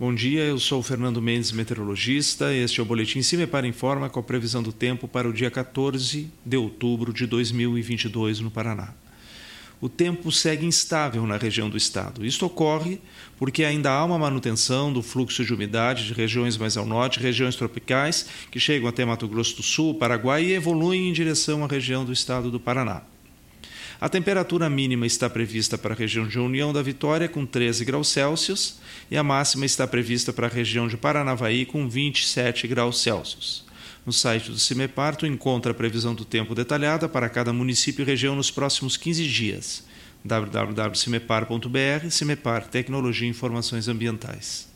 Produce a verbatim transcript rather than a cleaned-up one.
Bom dia, eu sou o Fernando Mendes, meteorologista. Este é o Boletim Cimepar Informa com a previsão do tempo para o dia quatorze de outubro de dois mil e vinte e dois no Paraná. O tempo segue instável na região do estado. Isto ocorre porque ainda há uma manutenção do fluxo de umidade de regiões mais ao norte, regiões tropicais, que chegam até Mato Grosso do Sul, Paraguai e evoluem em direção à região do estado do Paraná. A temperatura mínima está prevista para a região de União da Vitória com treze graus Celsius e a máxima está prevista para a região de Paranavaí com vinte e sete graus Celsius. No site do Cimepar, tu encontra a previsão do tempo detalhada para cada município e região nos próximos quinze dias. w w w ponto cimepar ponto b r, Cimepar, Tecnologia e Informações Ambientais.